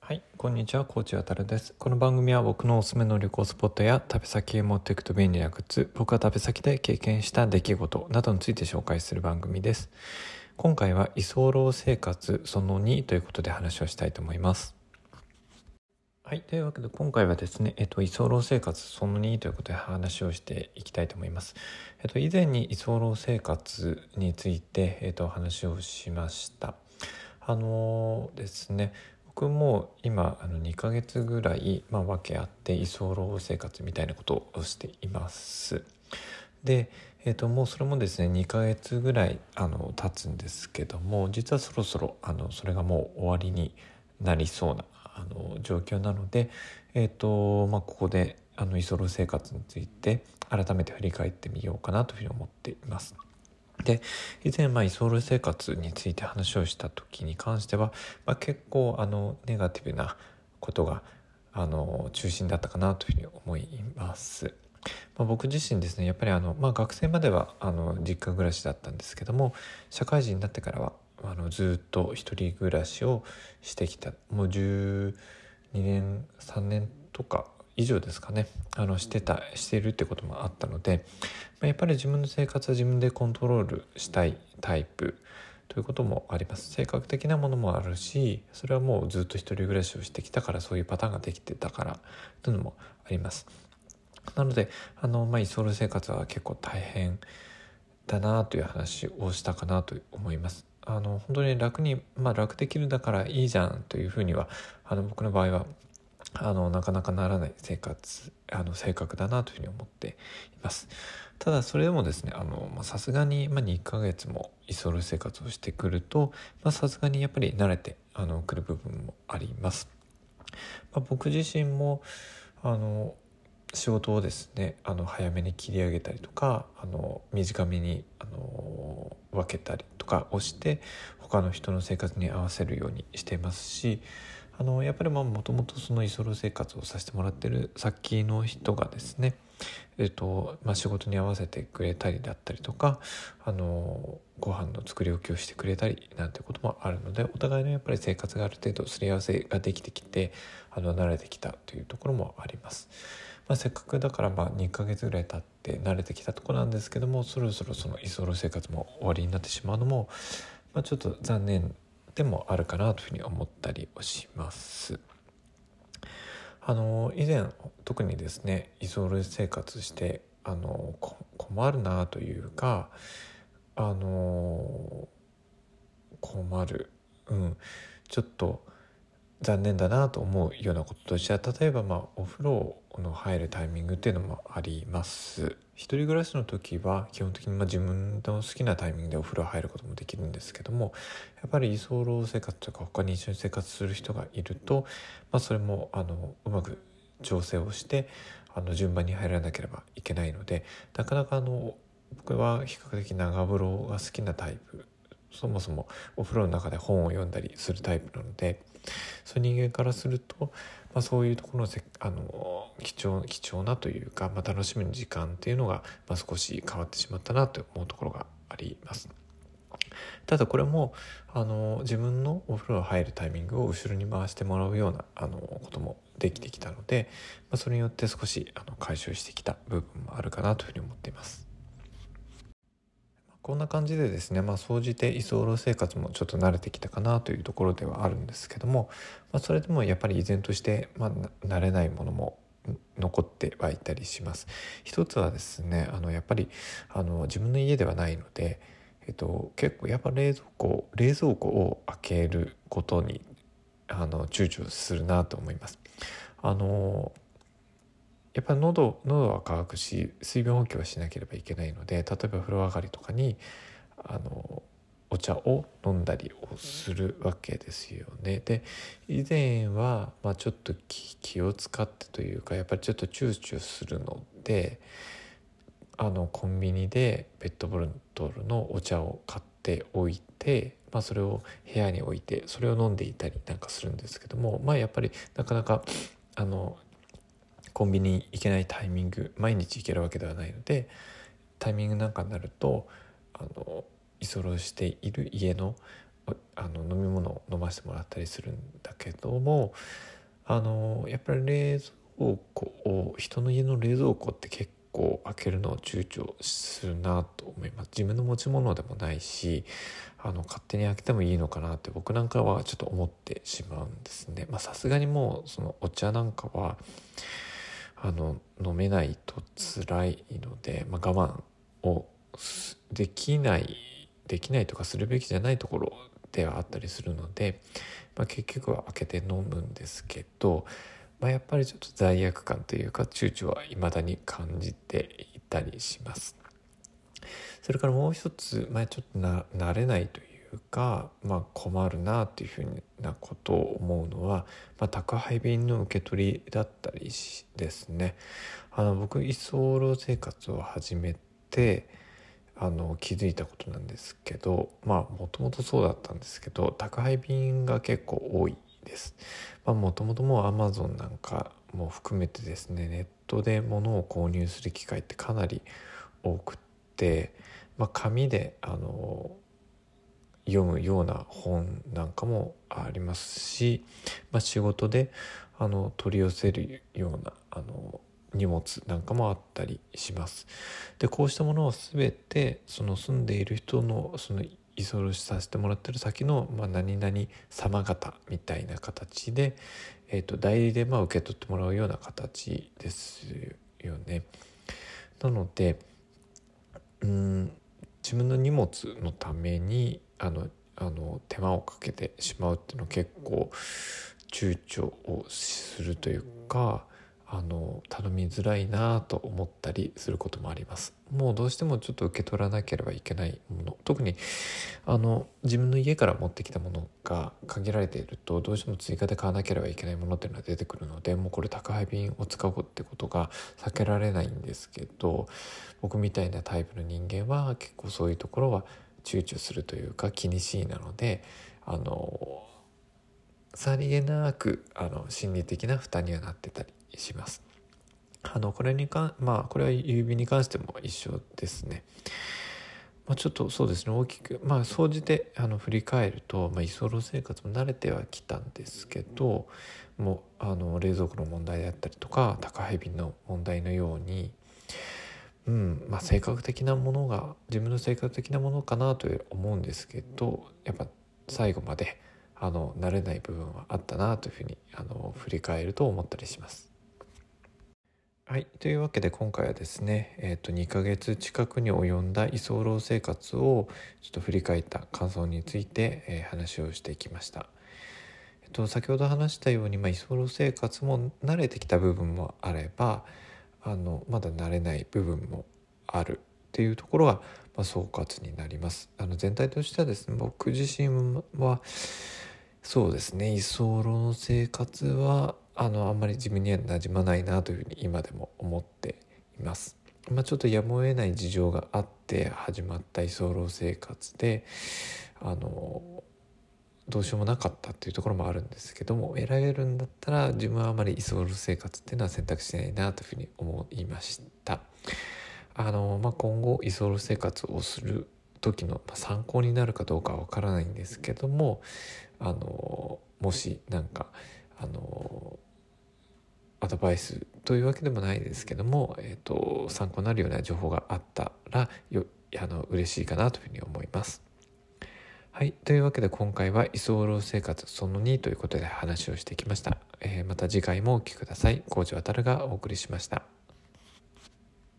はい、こんにちは、コーチあたるです。この番組は僕のおすすめの旅行スポットや旅先へ持っていくと便利なグッズ、僕が旅先で経験した出来事などについて紹介する番組です。今回は居候生活その2ということで話をしたいと思います。はい、というわけで今回はですね、居候生活その2ということで話をしていきたいと思います。以前に居候生活について、話をしました。ですね、僕も今2ヶ月ぐらい、分けあって居候生活みたいなことをしています。で、もうそれもですね2ヶ月ぐらい経つんですけども、実はそろそろそれがもう終わりになりそうな状況なので、ここで居候生活について改めて振り返ってみようかなというふうに思っています。で、以前居候生活について話をした時に関しては、結構ネガティブなことが中心だったかなというふうに思います。僕自身ですね、やっぱり学生までは実家暮らしだったんですけども、社会人になってからはずっと一人暮らしをしてきた、もう12年3年とか以上ですかね、しているってこともあったので、やっぱり自分の生活は自分でコントロールしたいタイプということもあります。性格的なものもあるし、それはもうずっと一人暮らしをしてきたから、そういうパターンができてたからというのもあります。なので居候生活は結構大変だなという話をしたかなと思います。本当に楽できるだからいいじゃんというふうには僕の場合はなかなかならない性格だなというふうに思っています。ただそれでもですね、さすがに2ヶ月も居候生活をしてくると、さすがにやっぱり慣れてくる部分もあります。僕自身も仕事をですね早めに切り上げたりとか短めに分けたりとかをして他の人の生活に合わせるようにしていますし、やっぱりもともとその居候生活をさせてもらってる先の人がですね、仕事に合わせてくれたりだったりとかご飯の作り置きをしてくれたりなんてこともあるので、お互いのやっぱり生活がある程度すり合わせができてきて慣れてきたというところもあります。せっかくだから2ヶ月ぐらい経って慣れてきたところなんですけども、そろそろその居候生活も終わりになってしまうのも、ちょっと残念でもあるかなというふうに思ったりをします。以前特にですね居候生活して困るなというか困る、ちょっと残念だなと思うようなこととしては、例えばお風呂の入るタイミングっていうのもあります。一人暮らしの時は基本的に自分の好きなタイミングでお風呂入ることもできるんですけども、やっぱり居候生活とか他に一緒に生活する人がいると、それもうまく調整をして順番に入らなければいけないので、なかなか僕は比較的長風呂が好きなタイプ、そもそもお風呂の中で本を読んだりするタイプなので、そういう人間からすると、そういうところの貴重なというか、楽しみの時間っていうのが、少し変わってしまったなと思うところがあります。ただこれも自分のお風呂入るタイミングを後ろに回してもらうようなこともできてきたので、それによって少し解消してきた部分もあるかなというふうに思っています。こんな感じでですね、総じて居候生活もちょっと慣れてきたかなというところではあるんですけども、それでもやっぱり依然として、慣れないものも残ってはいたりします。一つはですね、やっぱり自分の家ではないので、結構やっぱ冷蔵庫を開けることに躊躇するなと思います。やっぱり喉は渇くし、水分補給はしなければいけないので、例えば風呂上がりとかにお茶を飲んだりをするわけですよね。で、以前はちょっと気を使ってというか、やっぱりちょっと躊躇するので、コンビニでペットボトルのお茶を買っておいて、それを部屋に置いてそれを飲んでいたりなんかするんですけども、やっぱりなかなかコンビニ行けないタイミング、毎日行けるわけではないので、タイミングなんかになると居候している家の飲み物を飲ませてもらったりするんだけども、やっぱり人の家の冷蔵庫って結構開けるのを躊躇するなと思います。自分の持ち物でもないし、勝手に開けてもいいのかなって僕なんかはちょっと思ってしまうんですね。さすがにもうそのお茶なんかは飲めないと辛いので、我慢をできないとかするべきじゃないところではあったりするので、結局は開けて飲むんですけど、やっぱりちょっと罪悪感というか躊躇は未だに感じていたりします。それからもう一つ、ちょっと慣れないというか、困るなっていうふうなことを思うのは、宅配便の受け取りだったりですね。僕居候生活を始めて気づいたことなんですけど、もともとそうだったんですけど、宅配便が結構多いです。もともともう Amazon なんかも含めてですね、ネットで物を購入する機会ってかなり多くって、紙で読むような本なんかもありますし、仕事で取り寄せるような荷物なんかもあったりします。でこうしたものを全てその住んでいる人のその居候させてもらってる先の、何々様方みたいな形で、代理で受け取ってもらうような形ですよね。なので自分の荷物のために手間をかけてしまうっていうのは結構躊躇をするというか、頼みづらいなと思ったりすることもあります。もうどうしてもちょっと受け取らなければいけないもの、特に自分の家から持ってきたものが限られていると、どうしても追加で買わなければいけないものっていうのが出てくるので、もうこれ宅配便を使うってことが避けられないんですけど、僕みたいなタイプの人間は結構そういうところは躊躇するというか気にしいなので、さりげなく心理的な負担にはなってたりします。これは郵便に関しても一緒ですね。ちょっとそうですね、大きく総じて振り返ると、居候生活も慣れてはきたんですけど、もう冷蔵庫の問題であったりとか宅配便の問題のように、性格的なものが自分の性格的なものかなと思うんですけど、やっぱ最後まで慣れない部分はあったなというふうに振り返ると思ったりします。はい、というわけで今回はですね、2ヶ月近くに及んだ居候生活をちょっと振り返った感想について、話をしてきました。先ほど話したように、居候生活も慣れてきた部分もあればまだ慣れない部分もあるっていうところが、総括になります。全体としてはですね、僕自身はそうですね、居候の生活はあんまり自分には馴染まないなというふうに今でも思っています。ちょっとやむを得ない事情があって始まった居候生活でどうしようもなかったっていうところもあるんですけども、選べるんだったら自分はあまり居候生活っていうのは選択しないなというふうに思いました。今後居候生活をする時の参考になるかどうかはわからないんですけども、もし何かアドバイスというわけでもないですけども、参考になるような情報があったら嬉しいかなというふうに思います。はい、というわけで今回は居候生活その2ということで話をしてきました。また次回もお聞きください。高知渉がお送りしました。